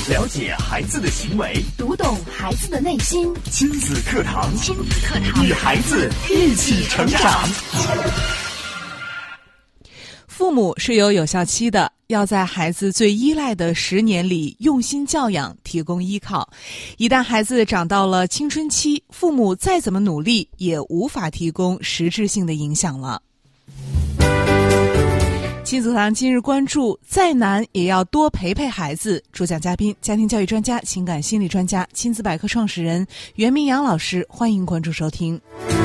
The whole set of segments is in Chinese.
了解孩子的行为， 读懂孩子的内心。 亲子课堂，与孩子一起成长。 父母是有效期的，要在孩子最依赖的10年里用心教养，提供依靠。一旦孩子长到了青春期，父母再怎么努力，也无法提供实质性的影响了。亲子课堂今日关注：再难也要多陪陪孩子。主讲嘉宾：家庭教育专家、情感心理专家、亲子百科创始人袁明阳老师。欢迎关注收听。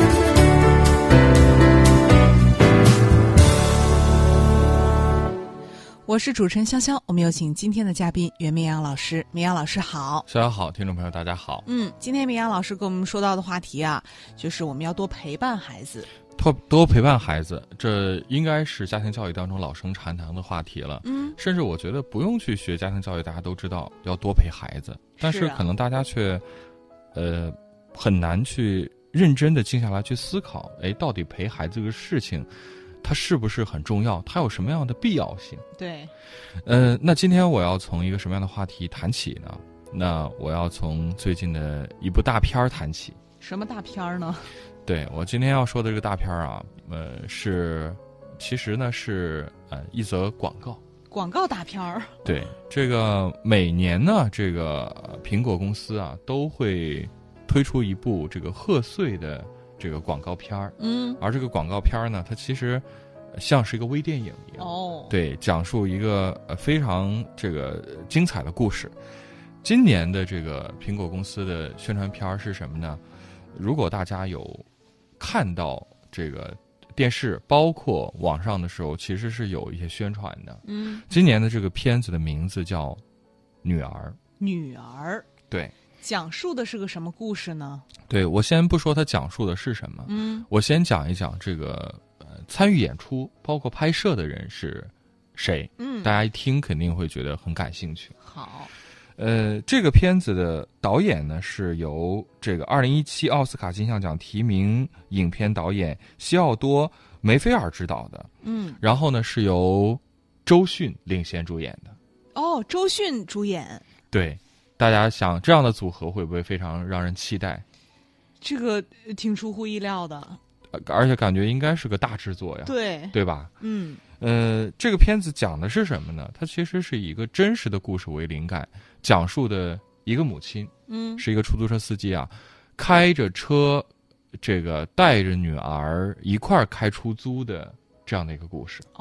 我是主持人潇潇，我们有请今天的嘉宾袁明阳老师。明阳老师好。 潇潇好，听众朋友大家好。 今天明阳老师跟我们说到的话题啊，就是我们要多陪伴孩子。 多陪伴孩子，这应该是家庭教育当中老生常谈的话题了。甚至我觉得不用去学家庭教育，大家都知道要多陪孩子，但是可能大家却很难去认真的静下来去思考，到底陪孩子这个事情它是不是很重要，它有什么样的必要性。 对， 那今天我要从一个什么样的话题谈起呢？那我要从最近的一部大片谈起。 什么大片呢？ 对，我今天要说的这个大片啊，其实呢是一则广告大片儿。对，这个每年呢，这个苹果公司啊都会推出一部这个贺岁的这个广告片儿。而这个广告片儿呢，它其实像是一个微电影一样。对，讲述一个非常这个精彩的故事。今年的这个苹果公司的宣传片是什么呢？如果大家有看到这个电视包括网上的时候，其实是有一些宣传的。今年的这个片子的名字叫女儿。对， 讲述的是个什么故事呢？ 对，我先不说它讲述的是什么，我先讲一讲这个参与演出包括拍摄的人是谁。大家一听肯定会觉得很感兴趣。 好， 这个片子的导演呢是由这个2017奥斯卡金像奖提名影片导演西奥多·梅菲尔执导的。然后呢是由周迅领衔主演的。 周迅主演。对， 大家想这样的组合会不会非常让人期待？ 这个挺出乎意料的， 而且感觉应该是个大制作呀。对吧？这个片子讲的是什么呢？它其实是以一个真实的故事为灵感，讲述的一个母亲，是一个出租车司机啊，开着车，这个带着女儿一块儿开出租的这样的一个故事。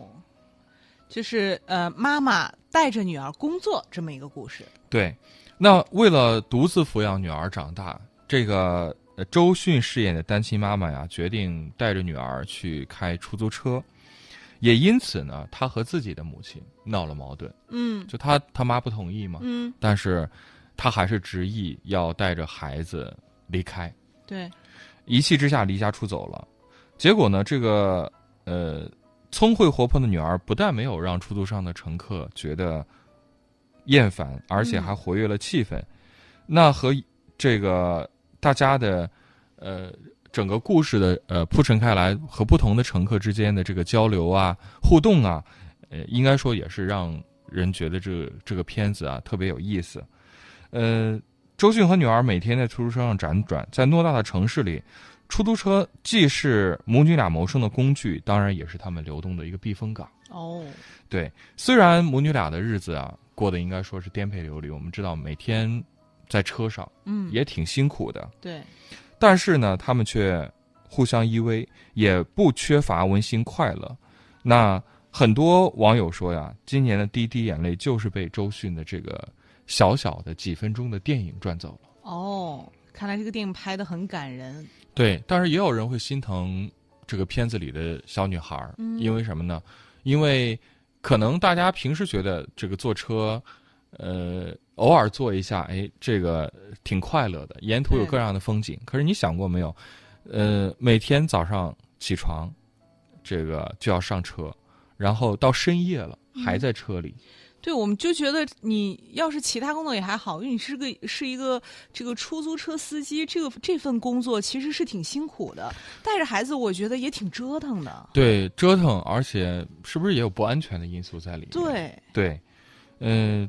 就是妈妈带着女儿工作这么一个故事。 对，那为了独自抚养女儿长大，这个周迅饰演的单亲妈妈呀，决定带着女儿去开出租车。也因此呢，他和自己的母亲闹了矛盾。就他妈不同意嘛。但是他还是执意要带着孩子离开。 对， 一气之下离家出走了。结果呢，这个聪慧活泼的女儿不但没有让出租车上的乘客觉得厌烦，而且还活跃了气氛。那和这个大家的整个故事的铺陈开来，和不同的乘客之间的这个交流啊、互动啊，应该说也是让人觉得这个片子啊特别有意思。周迅和女儿每天在出租车上辗转，在偌大的城市里，出租车既是母女俩谋生的工具，当然也是他们流动的一个避风港。对，虽然母女俩的日子啊过得应该说是颠沛流离，我们知道每天在车上，也挺辛苦的。 对。 但是呢，他们却互相依偎，也不缺乏温馨快乐。那很多网友说呀，今年的第一滴眼泪就是被周迅的这个小小的几分钟的电影赚走了。 看来这个电影拍得很感人。 对，但是也有人会心疼这个片子里的小女孩。因为什么呢？因为可能大家平时觉得这个坐车偶尔坐一下，这个挺快乐的，沿途有各样的风景。可是你想过没有，每天早上起床，这个就要上车，然后到深夜了还在车里。 对，我们就觉得你要是其他工作也还好，因为你是一个这个出租车司机，这份工作其实是挺辛苦的，带着孩子我觉得也挺折腾的。 对，折腾，而且是不是也有不安全的因素在里面？ 对，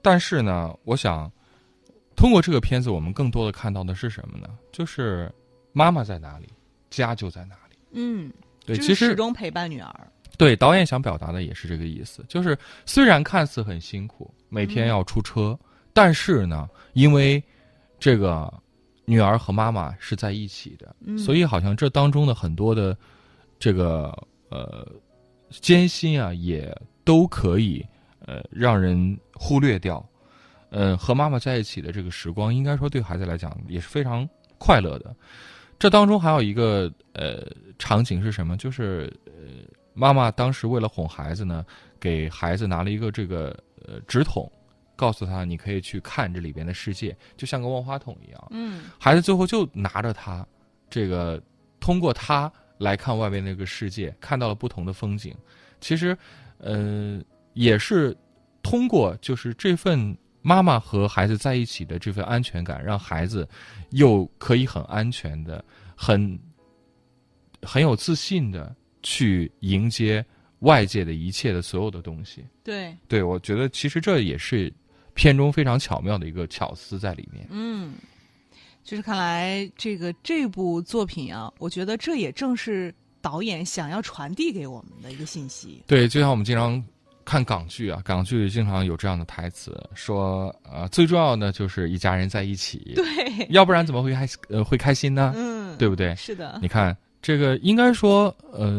但是呢，我想通过这个片子，我们更多的看到的是什么呢？就是妈妈在哪里，家就在哪里。对，其实始终陪伴女儿。 对，导演想表达的也是这个意思，就是虽然看似很辛苦，每天要出车，但是呢，因为这个女儿和妈妈是在一起的，所以好像这当中的很多的这个艰辛啊，也都可以让人忽略掉。和妈妈在一起的这个时光，应该说对孩子来讲也是非常快乐的。这当中还有一个场景是什么？就是妈妈当时为了哄孩子呢，给孩子拿了一个这个纸筒，告诉他你可以去看这里边的世界，就像个万花筒一样。孩子最后就拿着它，这个通过它来看外边那个世界，看到了不同的风景。其实也是通过就是这份妈妈和孩子在一起的这份安全感，让孩子又可以很安全的、很有自信的去迎接外界的一切的所有的东西。对，我觉得其实这也是片中非常巧妙的一个巧思在里面。 就是看来这部作品啊，我觉得这也正是导演想要传递给我们的一个信息。 对，就像我们经常看港剧啊，港剧经常有这样的台词，说最重要的就是一家人在一起， 对， 要不然怎么会开心呢？对不对？ 是的。 你看这个，应该说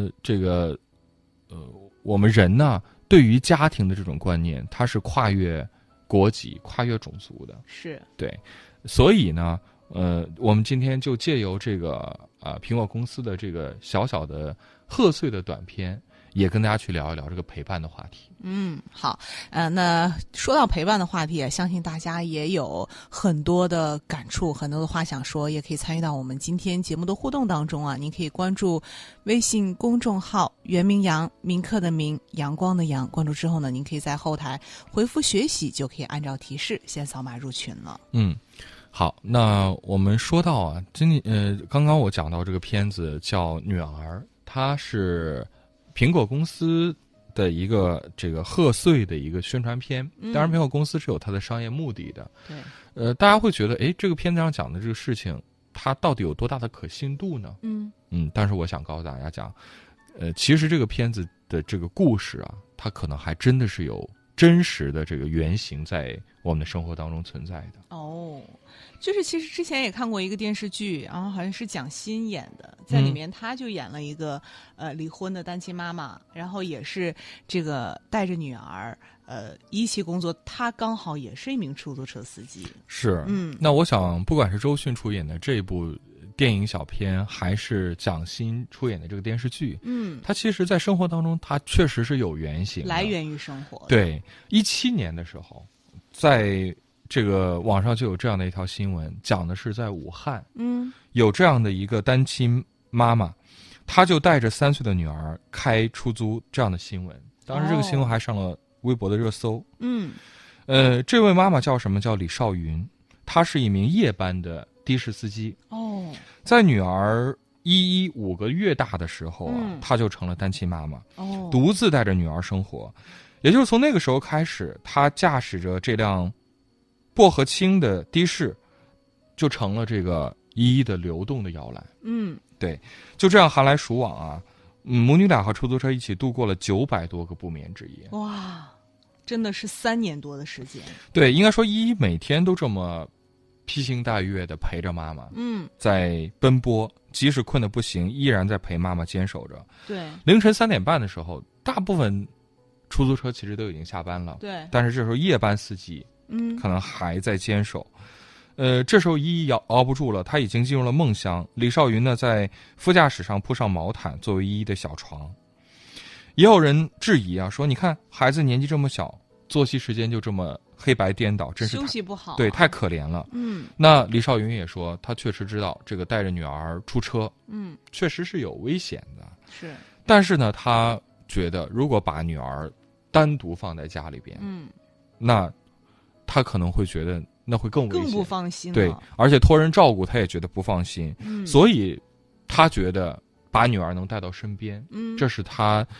我们人呢，对于家庭的这种观念，它是跨越国籍、跨越种族的。 是。 对，所以呢，我们今天就借由这个苹果公司的这个小小的贺岁的短片，也跟大家去聊一聊这个陪伴的话题。 好，那说到陪伴的话题，相信大家也有很多的感触，很多的话想说，也可以参与到我们今天节目的互动当中啊。您可以关注微信公众号袁明阳，铭刻的铭，阳光的阳，关注之后呢，您可以在后台回复学习，就可以按照提示先扫码入群了。 好，那我们说到啊，刚刚我讲到这个片子叫《女儿》，它是苹果公司的一个这个贺岁的一个宣传片。当然，苹果公司是有它的商业目的的。 对， 大家会觉得，这个片子上讲的这个事情，它到底有多大的可信度呢？但是我想告诉大家讲，其实这个片子的这个故事啊，它可能还真的是有真实的这个原型在我们的生活当中存在的。 就是其实之前也看过一个电视剧，然后好像是蒋欣演的，在里面他就演了一个离婚的单亲妈妈，然后也是这个带着女儿一起工作，他刚好也是一名出租车司机。 是，那我想不管是周迅出演的这部电影小片，还是蒋欣出演的这个电视剧，它其实在生活当中，它确实是有原型的， 来源于生活。 对，17年的时候，在这个网上就有这样的一条新闻，讲的是在武汉，有这样的一个单亲妈妈，她就带着3岁的女儿开出租这样的新闻。当时这个新闻还上了微博的热搜。这位妈妈叫什么？叫李少云，她是一名夜班的的士司机。在女儿依依5个月大的时候啊，她就成了单亲妈妈，独自带着女儿生活。也就是从那个时候开始，她驾驶着这辆薄荷青的的士，就成了这个依依的流动的摇篮。对，就这样寒来暑往啊，母女俩和出租车一起度过了900多个不眠之夜。 哇，真的是3年多的时间。 对，应该说依依每天都这么披星戴月的陪着妈妈，在奔波，即使困得不行，依然在陪妈妈坚守着。 对， 凌晨3点半的时候，大部分出租车其实都已经下班了。 对， 但是这时候夜班司机可能还在坚守。这时候依依熬不住了，他已经进入了梦乡。李少云呢，在副驾驶上铺上毛毯作为依依的小床。也有人质疑啊，说你看孩子年纪这么小，作息时间就这么黑白颠倒，真是休息不好， 对，太可怜了。那李少云也说，他确实知道这个带着女儿出车，确实是有危险的。 是， 但是呢，他觉得如果把女儿单独放在家里边，那他可能会觉得那会更危险， 更不放心了。 对，而且托人照顾他也觉得不放心，所以他觉得把女儿能带到身边，这是他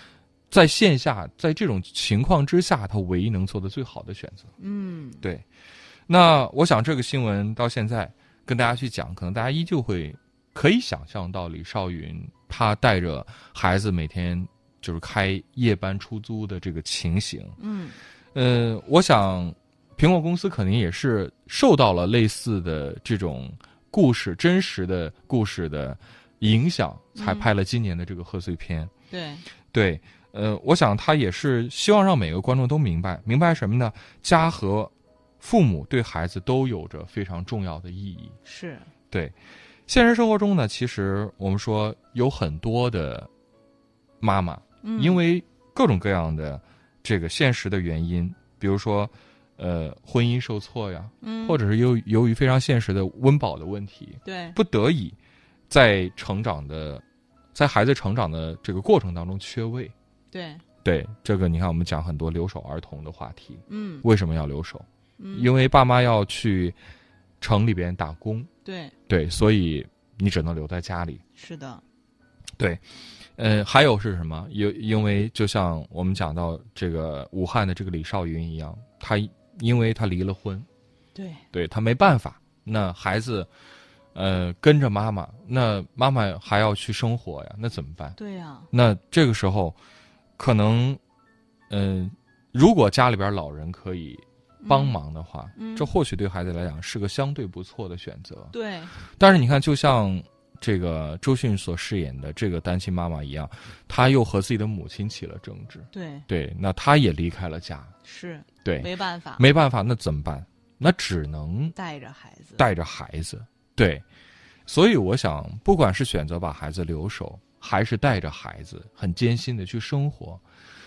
在线下，在这种情况之下，他唯一能做的最好的选择。对。那我想这个新闻到现在跟大家去讲，可能大家依旧可以想象到李少云他带着孩子每天就是开夜班出租的这个情形。我想苹果公司肯定也是受到了类似的这种故事，真实的故事的影响，才拍了今年的这个贺岁片。对，我想他也是希望让每个观众都明白什么呢？家和父母对孩子都有着非常重要的意义。 是。 对，现实生活中呢，其实我们说有很多的妈妈，因为各种各样的这个现实的原因，比如说婚姻受挫呀，或者是由于非常现实的温饱的问题， 对， 不得已在孩子成长的这个过程当中缺位。对，这个你看我们讲很多留守儿童的话题。为什么要留守？因为爸妈要去城里边打工。对，所以你只能留在家里。 是的。 对。还有是什么？因为就像我们讲到这个武汉的这个李少云一样，因为他离了婚。对，他没办法，那孩子跟着妈妈，那妈妈还要去生活呀，那怎么办？ 对呀。 那这个时候可能如果家里边老人可以帮忙的话，这或许对孩子来讲是个相对不错的选择。 对。 但是你看，就像这个周迅所饰演的这个单亲妈妈一样，她又和自己的母亲起了争执。对，那她也离开了家。 是。 对， 没办法，那怎么办？那只能带着孩子。 对，所以我想，不管是选择把孩子留守，还是带着孩子很艰辛的去生活，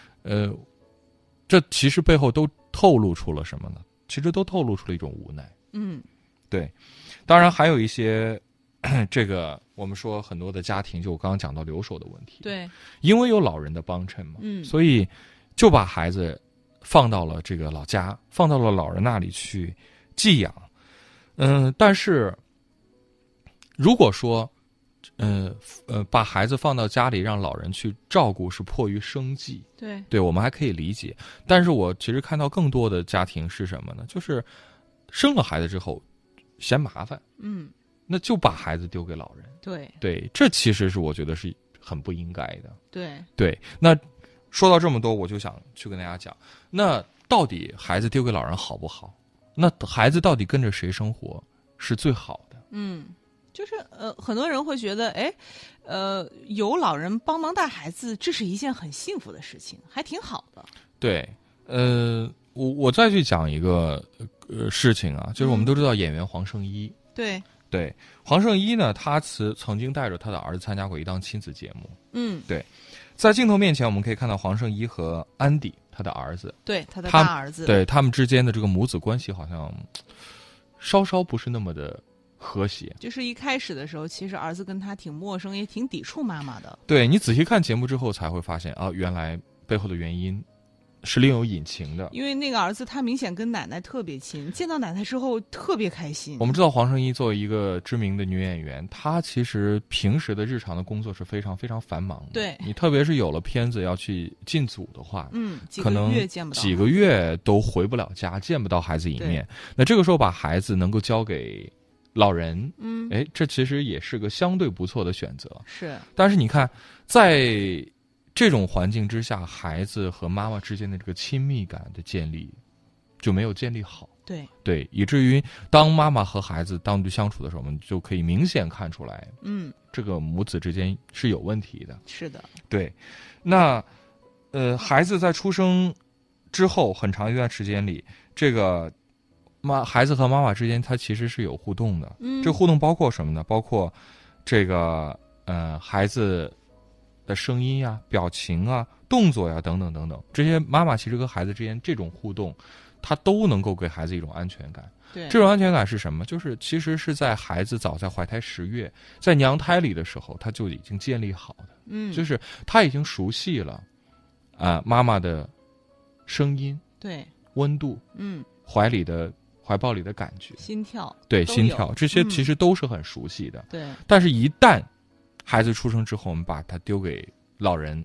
这其实背后都透露出了什么呢？其实都透露出了一种无奈。对，当然还有一些这个我们说很多的家庭，就我刚刚讲到留守的问题。 对， 因为有老人的帮衬嘛，所以就把孩子放到了这个老家，放到了老人那里去寄养。但是如果说把孩子放到家里让老人去照顾是迫于生计，对，我们还可以理解。但是我其实看到更多的家庭是什么呢？就是生了孩子之后嫌麻烦，那就把孩子丢给老人。对，这其实是我觉得是很不应该的。对，那说到这么多，我就想去跟大家讲，那到底孩子丢给老人好不好？那孩子到底跟着谁生活是最好的？ 就是很多人会觉得，有老人帮忙带孩子，这是一件很幸福的事情，还挺好的。 对，我再去讲一个事情啊，就是我们都知道演员黄圣依。对，黄圣依呢，他曾经带着他的儿子参加过一档亲子节目。对，在镜头面前，我们可以看到黄圣依和安迪他的儿子， 对，他的大儿子， 对他们之间的这个母子关系好像稍稍不是那么的和谐。 就是一开始的时候，其实儿子跟他挺陌生，也挺抵触妈妈的。 对，你仔细看节目之后才会发现啊，原来背后的原因是另有隐情的。 因为那个儿子他明显跟奶奶特别亲，见到奶奶之后特别开心。 我们知道黄圣依作为一个知名的女演员，她其实平时的日常的工作是非常非常繁忙的。 对， 你特别是有了片子要去进组的话， 可能几个月都回不了家，见不到孩子一面。那这个时候把孩子能够交给老人，这其实也是个相对不错的选择。 是， 但是你看，在这种环境之下，孩子和妈妈之间的这个亲密感的建立就没有建立好。对，以至于当妈妈和孩子单独相处的时候，我们就可以明显看出来，这个母子之间是有问题的。 是的， 对。那孩子在出生之后很长一段时间里，这个孩子和妈妈之间他其实是有互动的。这个互动包括什么呢？包括这个孩子的声音呀、表情啊、动作呀等等等等，这些妈妈其实和孩子之间这种互动，它都能够给孩子一种安全感。 对， 这种安全感是什么？就是其实是在孩子早在怀胎10月，在娘胎里的时候，他就已经建立好的。就是他已经熟悉了妈妈的声音、 对温度、怀抱里的感觉、 心跳， 对，心跳，这些其实都是很熟悉的。 对， 但是一旦孩子出生之后，我们把他丢给老人，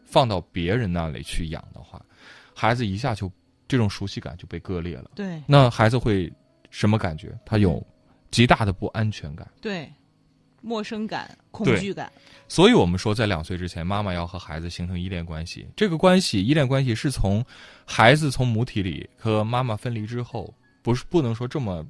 放到别人那里去养的话，孩子一下就这种熟悉感就被割裂了。 对， 那孩子会什么感觉？他有极大的不安全感。 对，陌生感、恐惧感。 所以我们说，在2岁之前，妈妈要和孩子形成依恋关系。这个关系，依恋关系是从孩子从母体里和妈妈分离之后，不能说这么，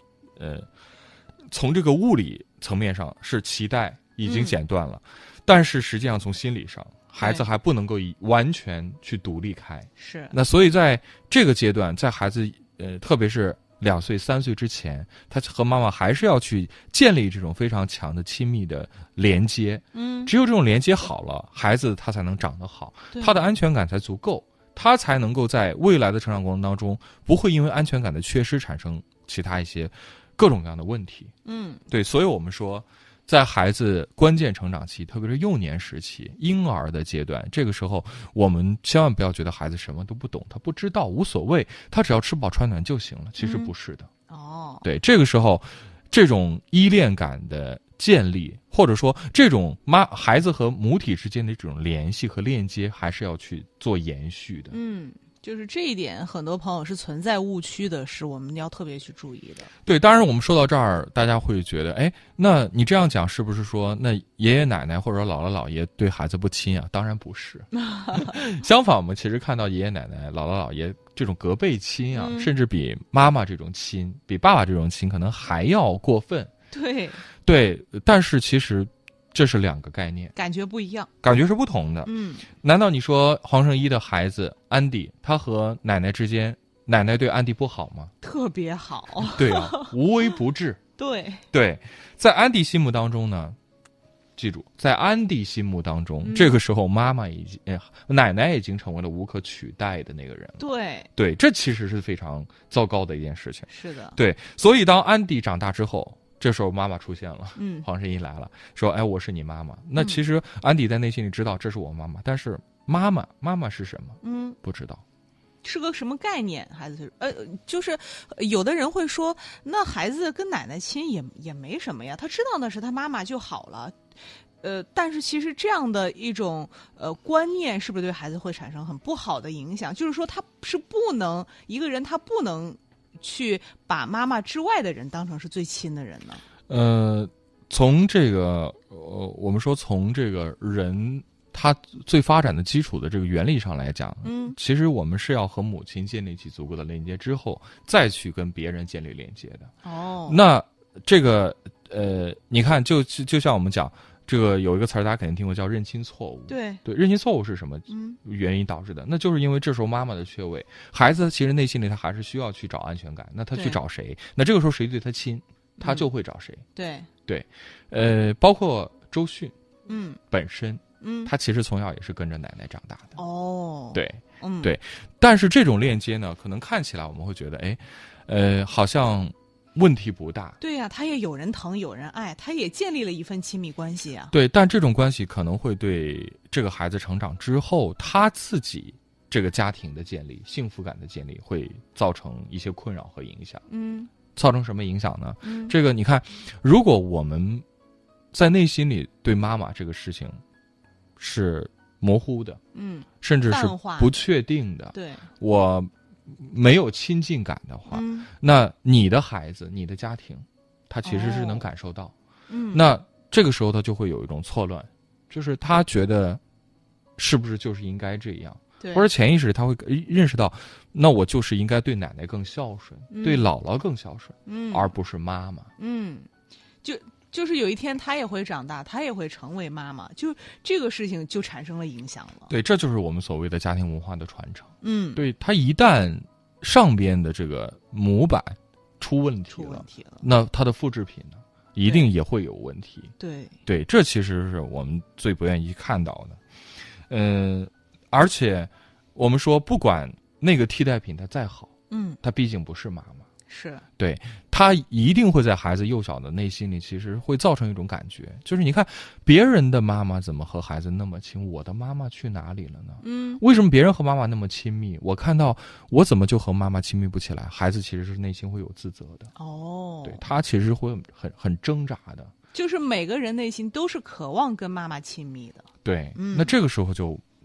从这个物理层面上是脐带已经剪断了，但是实际上从心理上，孩子还不能够完全去独立开。 是。 那所以在这个阶段，在孩子特别是2岁、3岁之前，他和妈妈还是要去建立这种非常强的亲密的连接。只有这种连接好了，孩子他才能长得好，他的安全感才足够，他才能够在未来的成长过程当中，不会因为安全感的缺失产生其他一些各种各样的问题。对，所以我们说，在孩子关键成长期，特别是幼年时期、婴儿的阶段，这个时候我们千万不要觉得孩子什么都不懂，他不知道无所谓，他只要吃饱穿暖就行了。其实不是的。对，这个时候，这种依恋感的建立，或者说这种孩子和母体之间的这种联系和链接，还是要去做延续的。 就是这一点，很多朋友是存在误区的，是我们要特别去注意的。 对，当然我们说到这儿，大家会觉得，哎，那你这样讲是不是说，那爷爷奶奶或者姥姥姥爷对孩子不亲啊？当然不是，相反，我们其实看到爷爷奶奶、姥姥姥爷这种隔辈亲啊，甚至比妈妈这种亲、比爸爸这种亲，可能还要过分。对，但是其实这是2个概念， 感觉不一样， 感觉是不同的。难道你说黄圣依的孩子安迪，他和奶奶之间，奶奶对安迪不好吗？ 特别好。 对啊，无微不至。对，在安迪心目当中呢，记住，在安迪心目当中，这个时候妈妈奶奶已经成为了无可取代的那个人了。对，这其实是非常糟糕的一件事情。 是的。 对，所以当安迪长大之后，这时候妈妈出现了，黄圣依来了，说：“哎，我是你妈妈。”那其实安迪在内心里知道这是我妈妈，但是妈妈是什么？不知道， 是个什么概念？孩子就是有的人会说，那孩子跟奶奶亲也没什么呀，他知道那是他妈妈就好了。但是其实这样的一种观念，是不是对孩子会产生很不好的影响？就是说，他是不能一个人，他不能去把妈妈之外的人当成是最亲的人呢？ 从这个我们说从这个人他最发展的基础的这个原理上来讲，其实我们是要和母亲建立起足够的连接之后，再去跟别人建立连接的。那这个你看，就像我们讲。这个有一个词儿，大家肯定听过，叫认亲错误。 对， 认亲错误是什么原因导致的？那就是因为这时候妈妈的缺位，孩子其实内心里他还是需要去找安全感。那他去找谁？那这个时候谁对他亲，他就会找谁。对，包括周迅，本身，他其实从小也是跟着奶奶长大的。对，但是这种链接呢，可能看起来我们会觉得，好像问题不大。 对呀，他也有人疼有人爱，他也建立了一份亲密关系啊。 对，但这种关系可能会对这个孩子成长之后他自己这个家庭的建立、幸福感的建立会造成一些困扰和影响。造成什么影响呢？这个你看，如果我们在内心里对妈妈这个事情是模糊的，甚至是不确定的， 对， 我没有亲近感的话，那你的孩子、你的家庭，他其实是能感受到。那这个时候他就会有一种错乱，就是他觉得是不是就是应该这样，或者潜意识他会认识到，那我就是应该对奶奶更孝顺，对姥姥更孝顺，而不是妈妈。 就是有一天他也会长大，他也会成为妈妈，就这个事情就产生了影响了。 对，这就是我们所谓的家庭文化的传承。对，他一旦上边的这个模板出问题了，那它的复制品呢，一定也会有问题。对，这其实是我们最不愿意看到的。而且我们说，不管那个替代品它再好，它毕竟不是妈妈。 是， 对，他一定会在孩子幼小的内心里，其实会造成一种感觉，就是你看别人的妈妈怎么和孩子那么亲，我的妈妈去哪里了呢？为什么别人和妈妈那么亲密，我看到我怎么就和妈妈亲密不起来？孩子其实是内心会有自责的。对，他其实会很挣扎的。就是每个人内心都是渴望跟妈妈亲密的。 对，那这个时候就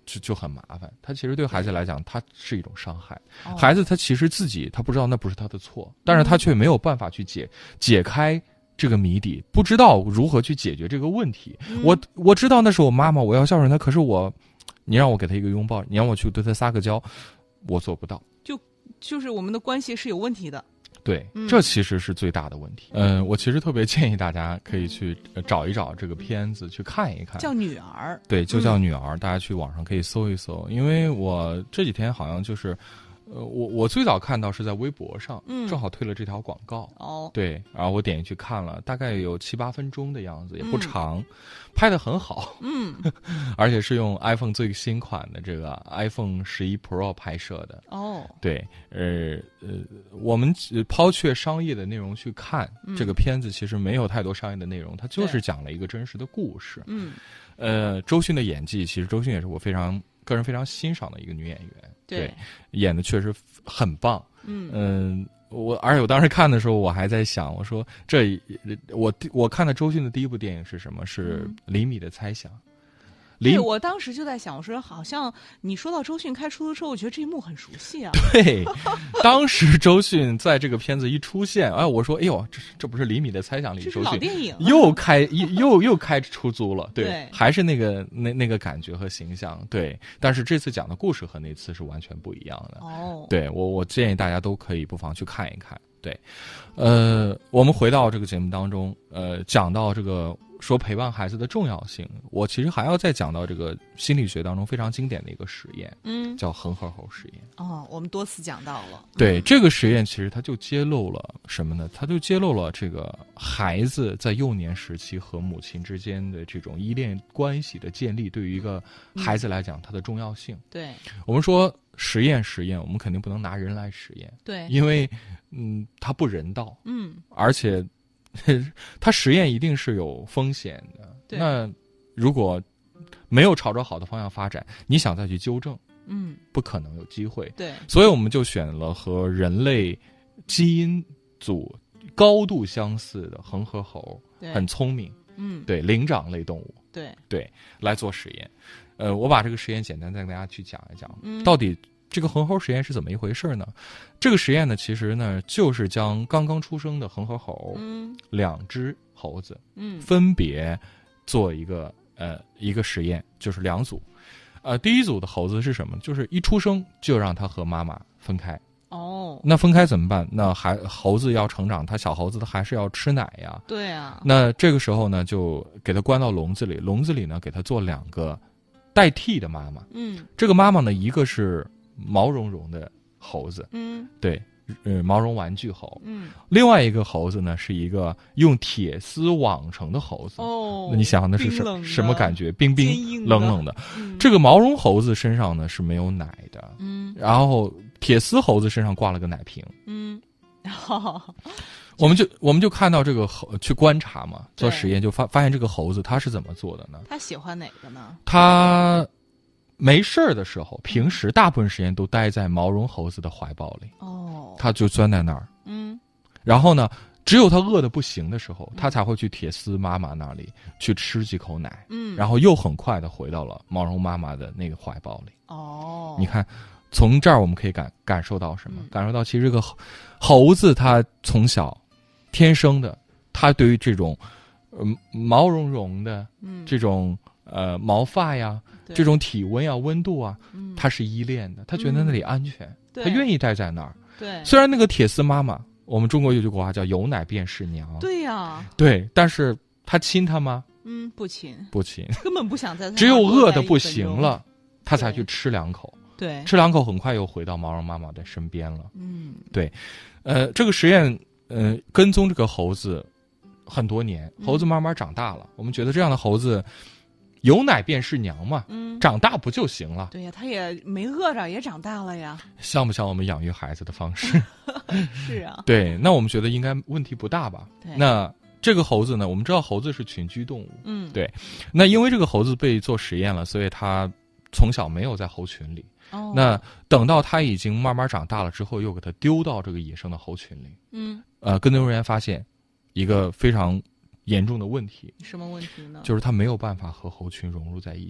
就很麻烦。他其实对孩子来讲，他是一种伤害。孩子他其实自己他不知道那不是他的错，但是他却没有办法去解开这个谜底，不知道如何去解决这个问题。我知道那是我妈妈，我要孝顺她，可是你让我给她一个拥抱，你让我去对她撒个娇，我做不到。 就是我们的关系是有问题的。 对，这其实是最大的问题。我其实特别建议大家可以去找一找这个片子，去看一看。 叫女儿。 对，就叫女儿。大家去网上可以搜一搜，因为我这几天好像就是。我最早看到是在微博上，正好推了这条广告。对，然后我点进去看了，大概有7-8分钟的样子，也不长，拍得很好。而且是用 iPhone 最新款的这个 iPhone 11 Pro 拍摄的。对，我们抛却商业的内容去看这个片子，其实没有太多商业的内容，它就是讲了一个真实的故事。周迅的演技，其实周迅也是我个人非常欣赏的一个女演员。对，演的确实很棒。而且我当时看的时候，我还在想，我说我看的周迅的第一部电影是什么？是《厘米的猜想》。 对，我当时就在想，我说好像你说到周迅开出租车，我觉得这一幕很熟悉啊。 对，当时周迅在这个片子一出现，我说，哎呦，这不是《厘米的猜想》里周迅老电影又开出租了，对，还是那个感觉和形象，对。但是这次讲的故事和那次是完全不一样的。对，我建议大家都可以不妨去看一看。对，我们回到这个节目当中，讲到这个。说陪伴孩子的重要性，我其实还要再讲到这个心理学当中非常经典的一个实验，叫恒河猴实验。 我们多次讲到了。 对，这个实验其实它就揭露了什么呢？它就揭露了这个孩子在幼年时期和母亲之间的这种依恋关系的建立，对于一个孩子来讲它的重要性。 对， 我们说实验，我们肯定不能拿人来实验。 对， 因为它不人道。而且。它实验一定是有风险的。那如果没有朝着好的方向发展，你想再去纠正，不可能有机会。 对， 所以我们就选了和人类基因组高度相似的恒河猴，很聪明，对，灵长类动物，对，来做实验。我把这个实验简单再跟大家去讲一讲，到底。这个恒猴实验是怎么一回事呢？这个实验呢，其实呢就是将刚刚出生的恒河猴，2只猴子，分别做一个实验，就是2组。第一组的猴子是什么？就是一出生就让他和妈妈分开。那分开怎么办？那猴子要成长，小猴子他还是要吃奶呀。 对啊。 那这个时候呢，就给他关到笼子里，笼子里呢给他做2个代替的妈妈。这个妈妈呢，一个是毛茸茸的猴子，对，毛绒玩具猴，另外一个猴子呢是一个用铁丝网成的猴子，那你想想那是什么感觉？冰冰冷冷的。这个毛绒猴子身上呢是没有奶的，然后铁丝猴子身上挂了个奶瓶，我们就看到这个去观察嘛，做实验就发现这个猴子它是怎么做的呢？ 他喜欢哪个呢？ 他没事儿的时候，平时大部分时间都待在毛绒猴子的怀抱里。他就钻在那儿。然后呢，只有他饿得不行的时候，他才会去铁丝妈妈那里去吃几口奶。然后又很快的回到了毛绒妈妈的那个怀抱里。你看，从这儿我们可以感受到什么？感受到其实这个猴子它从小天生的，它对于这种毛茸茸的这种毛发呀。这种体温啊、温度啊，他是依恋的，他觉得那里安全，他愿意待在那儿。 对， 虽然那个铁丝妈妈，我们中国有句古话叫“有奶便是娘”。 对呀。 对，但是他亲他吗？ 不亲，根本不想在。 只有饿得不行了，他才去吃2口。 对， 吃2口很快又回到毛绒妈妈的身边了。对，这个实验跟踪这个猴子很多年，猴子慢慢长大了，我们觉得这样的猴子。有奶便是娘嘛，长大不就行了？ 对呀，他也没饿着，也长大了呀。 像不像我们养育孩子的方式？ 是啊。 对，那我们觉得应该问题不大吧？那这个猴子呢？我们知道猴子是群居动物，对。那因为这个猴子被做实验了，所以它从小没有在猴群里。那等到它已经慢慢长大了之后，又给它丢到这个野生的猴群里。跟踪人员发现一个非常严重的问题。 什么问题呢？ 就是他没有办法和猴群融入在一起。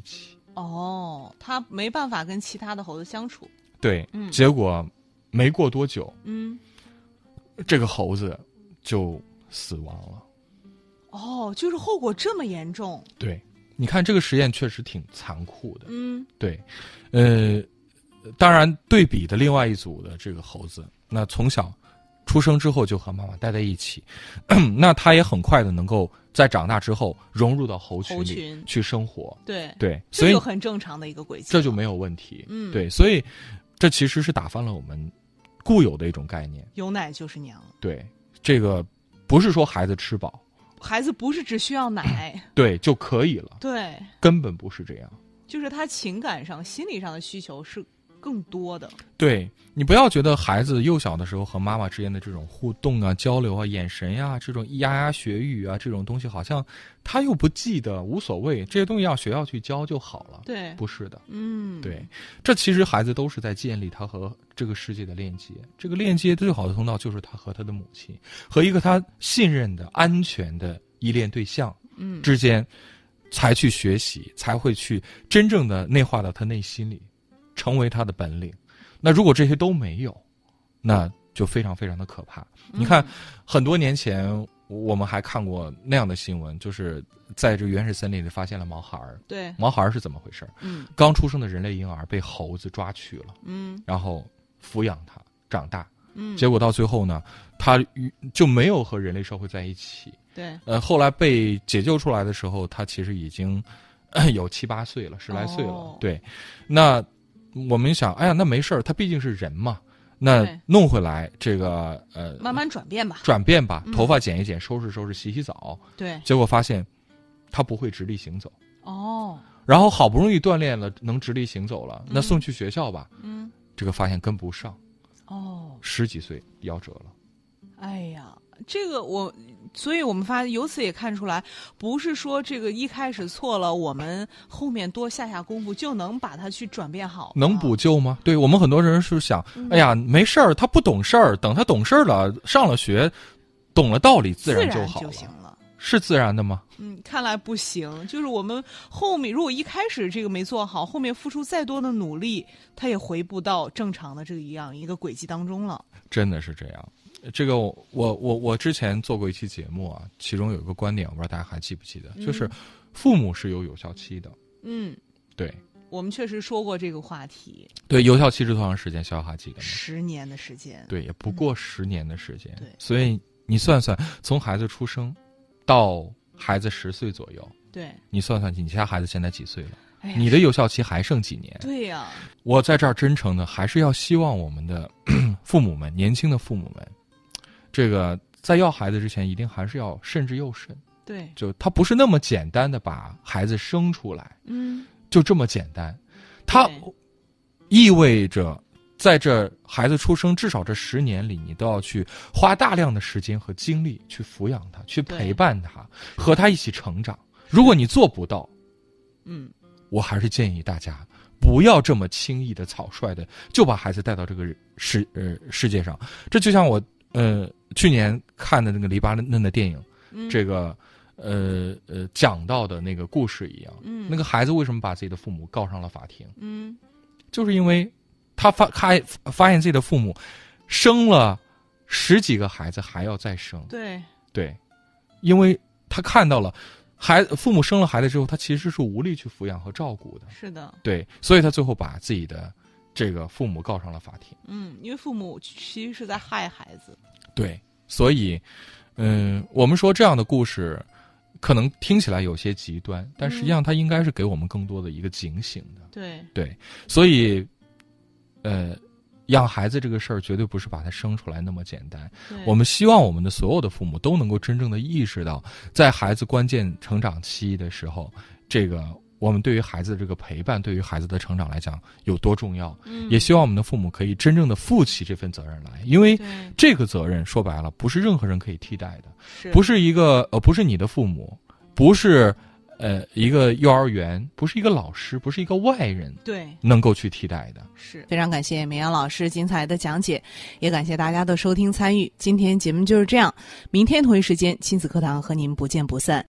哦，他没办法跟其他的猴子相处。 对，结果没过多久，这个猴子就死亡了。 哦，就是后果这么严重。 对，你看这个实验确实挺残酷的。对，当然对比的另外一组的这个猴子，那从小出生之后就和妈妈待在一起，那他也很快的能够在长大之后融入到猴群里去生活。 对， 所以这就很正常的一个轨迹， 这就没有问题。对，所以这其实是打翻了我们固有的一种概念， 有奶就是娘。 对，这个不是说孩子吃饱， 孩子不是只需要奶对就可以了， 对， 根本不是这样， 就是他情感上心理上的需求是更多的。 对，你不要觉得孩子幼小的时候和妈妈之间的这种互动啊、交流啊、眼神呀、这种咿呀呀学语啊，这种东西好像他又不记得，无所谓，这些东西让学校去教就好了。 对， 不是的。对，这其实孩子都是在建立他和这个世界的链接。这个链接最好的通道就是他和他的母亲，和一个他信任的、安全的依恋对象之间，才去学习，才会去真正的内化到他内心里，成为他的本领。那如果这些都没有，那就非常非常的可怕。你看，很多年前我们还看过那样的新闻，就是在这原始森林里发现了毛孩儿。 对， 毛孩儿是怎么回事？刚出生的人类婴儿被猴子抓去了，然后抚养他长大，结果到最后呢，他就没有和人类社会在一起。 对， 后来被解救出来的时候，他其实已经有7、8岁了，10来岁了。对，那我们想，哎呀，那没事儿，他毕竟是人嘛，那弄回来这个慢慢转变吧， 头发剪一剪，收拾收拾，洗洗澡。 对， 结果发现他不会直立行走。然后好不容易锻炼了，能直立行走了，那送去学校吧。这个发现跟不上。10几岁夭折了。 哎呀，这个所以我们发现由此也看出来，不是说这个一开始错了，我们后面多下功夫就能把它去转变好， 能补救吗？对，我们很多人是想，哎呀，没事儿，他不懂事儿，等他懂事儿了，上了学，懂了道理，自然就好了， 行了。 是自然的吗？ 看来不行。就是我们后面如果一开始这个没做好，后面付出再多的努力，他也回不到正常的这样一个轨迹当中了。 真的是这样。这个我之前做过一期节目啊，其中有一个观点，我不知道大家还记不记得，就是父母是有效期的。对， 我们确实说过这个话题。 对，有效期是多长时间？小还记得吗 ？10年的时间。 对，也不过10年的时间。 对， 所以你算算，从孩子出生到孩子10岁左右， 对， 你算算，你家孩子现在几岁了？你的有效期还剩几年？ 对呀。 我在这儿真诚的还是要希望我们的父母们，年轻的父母们，这个在要孩子之前，一定还是要慎之又慎。 对， 就他不是那么简单的把孩子生出来，就这么简单，它意味着在这孩子出生至少这10年里，你都要去花大量的时间和精力去抚养他，去陪伴他，和他一起成长。如果你做不到，我还是建议大家不要这么轻易的、草率的就把孩子带到这个世界上。这就像我去年看的那个黎巴嫩的电影，这个讲到的那个故事一样。那个孩子为什么把自己的父母告上了法庭？就是因为他发现自己的父母生了10几个孩子还要再生。对，因为他看到了父母生了孩子之后，他其实是无力去抚养和照顾的。 是的。 对，所以他最后把自己的这个父母告上了法庭。 因为父母其实是在害孩子。 对，所以我们说这样的故事可能听起来有些极端，但实际上它应该是给我们更多的一个警醒的。对，所以养孩子这个事儿绝对不是把他生出来那么简单。我们希望我们的所有的父母都能够真正的意识到，在孩子关键成长期的时候，这个我们对于孩子的这个陪伴，对于孩子的成长来讲有多重要。也希望我们的父母可以真正的负起这份责任来，因为这个责任说白了不是任何人可以替代的，不是不是你的父母，不是一个幼儿园，不是一个老师，不是一个外人，能够去替代的。 是非常感谢绵阳老师精彩的讲解，也感谢大家的收听参与。今天节目就是这样，明天同一时间亲子课堂和您不见不散。